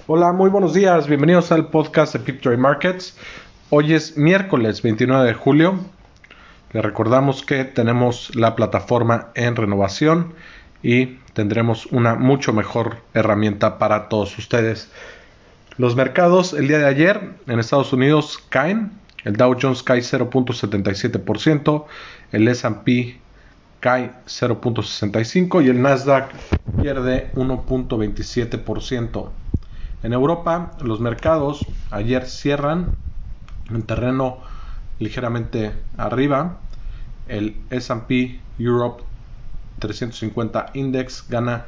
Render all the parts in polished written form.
Hola, muy buenos días. Bienvenidos al podcast de Pip Trade Markets. Hoy es miércoles 29 de julio. Les recordamos que tenemos la plataforma en renovación y tendremos una mucho mejor herramienta para todos ustedes. Los mercados el día de ayer en Estados Unidos caen. El Dow Jones cae 0.77%, el S&P cae 0.65% y el Nasdaq pierde 1.27%. En Europa, los mercados ayer cierran en terreno ligeramente arriba. El S&P Europe 350 Index gana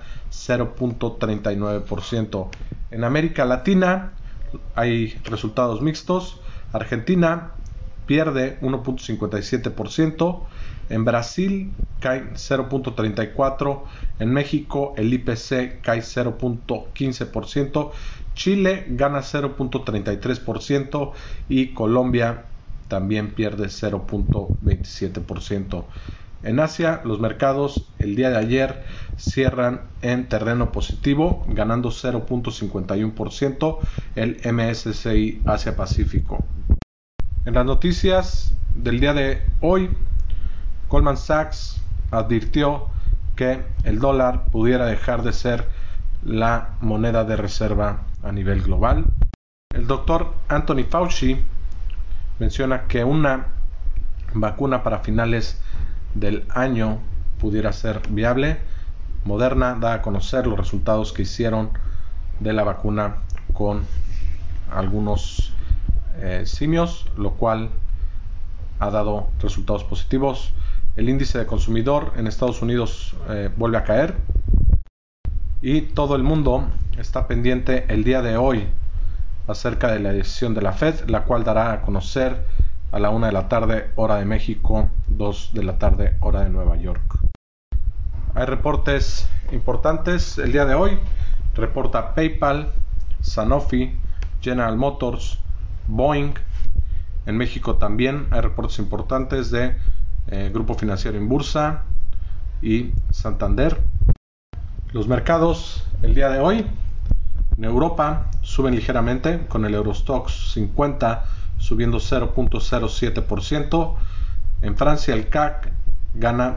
0.39%. En América Latina hay resultados mixtos. Argentina pierde 1.57%. En Brasil cae 0.34%. En México el IPC cae 0.15%. Chile gana 0.33% y Colombia también pierde 0.27%. En Asia, los mercados el día de ayer cierran en terreno positivo, ganando 0.51% el MSCI Asia Pacífico. En las noticias del día de hoy, Goldman Sachs advirtió que el dólar pudiera dejar de ser la moneda de reserva a nivel global. El doctor Anthony Fauci menciona que una vacuna para finales del año pudiera ser viable. Moderna da a conocer los resultados que hicieron de la vacuna con algunos simios, lo cual ha dado resultados positivos. El índice de consumidor en Estados Unidos vuelve a caer y todo el mundo está pendiente el día de hoy acerca de la decisión de la Fed, la cual dará a conocer a la 1 de la tarde hora de México, 2 de la tarde hora de Nueva York. Hay reportes importantes el día de hoy. Reporta PayPal, Sanofi, General Motors, Boeing. En México también hay reportes importantes de Grupo Financiero Inbursa y Santander. Los mercados el día de hoy en Europa suben ligeramente, con el Eurostoxx 50 subiendo 0.07%. En Francia el CAC gana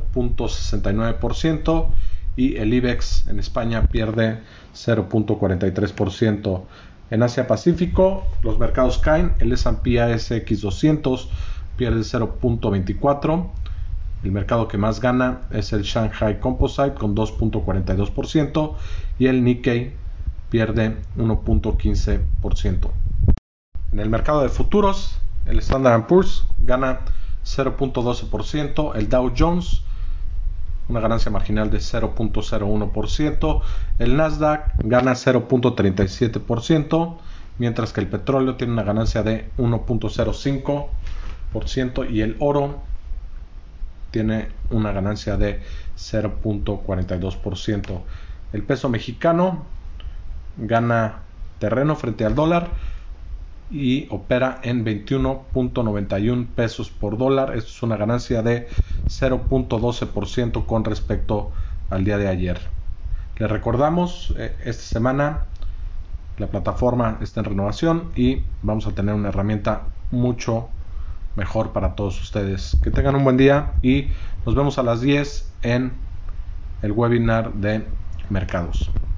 0.69% y el IBEX en España pierde 0.43%. En Asia Pacífico los mercados caen. El S&P ASX 200 pierde 0.24%. El mercado que más gana es el Shanghai Composite con 2.42% y el Nikkei pierde 1.15%. En el mercado de futuros, el Standard & Poor's gana 0.12%, el Dow Jones una ganancia marginal de 0.01%, el Nasdaq gana 0.37%, mientras que el petróleo tiene una ganancia de 1.05% y el oro tiene una ganancia de 0.42%. El peso mexicano gana terreno frente al dólar y opera en 21.91 pesos por dólar. Esto es una ganancia de 0.12% con respecto al día de ayer. Les recordamos, esta semana la plataforma está en renovación y vamos a tener una herramienta mucho mejor para todos ustedes. Que tengan un buen día y nos vemos a las 10 en el webinar de mercados.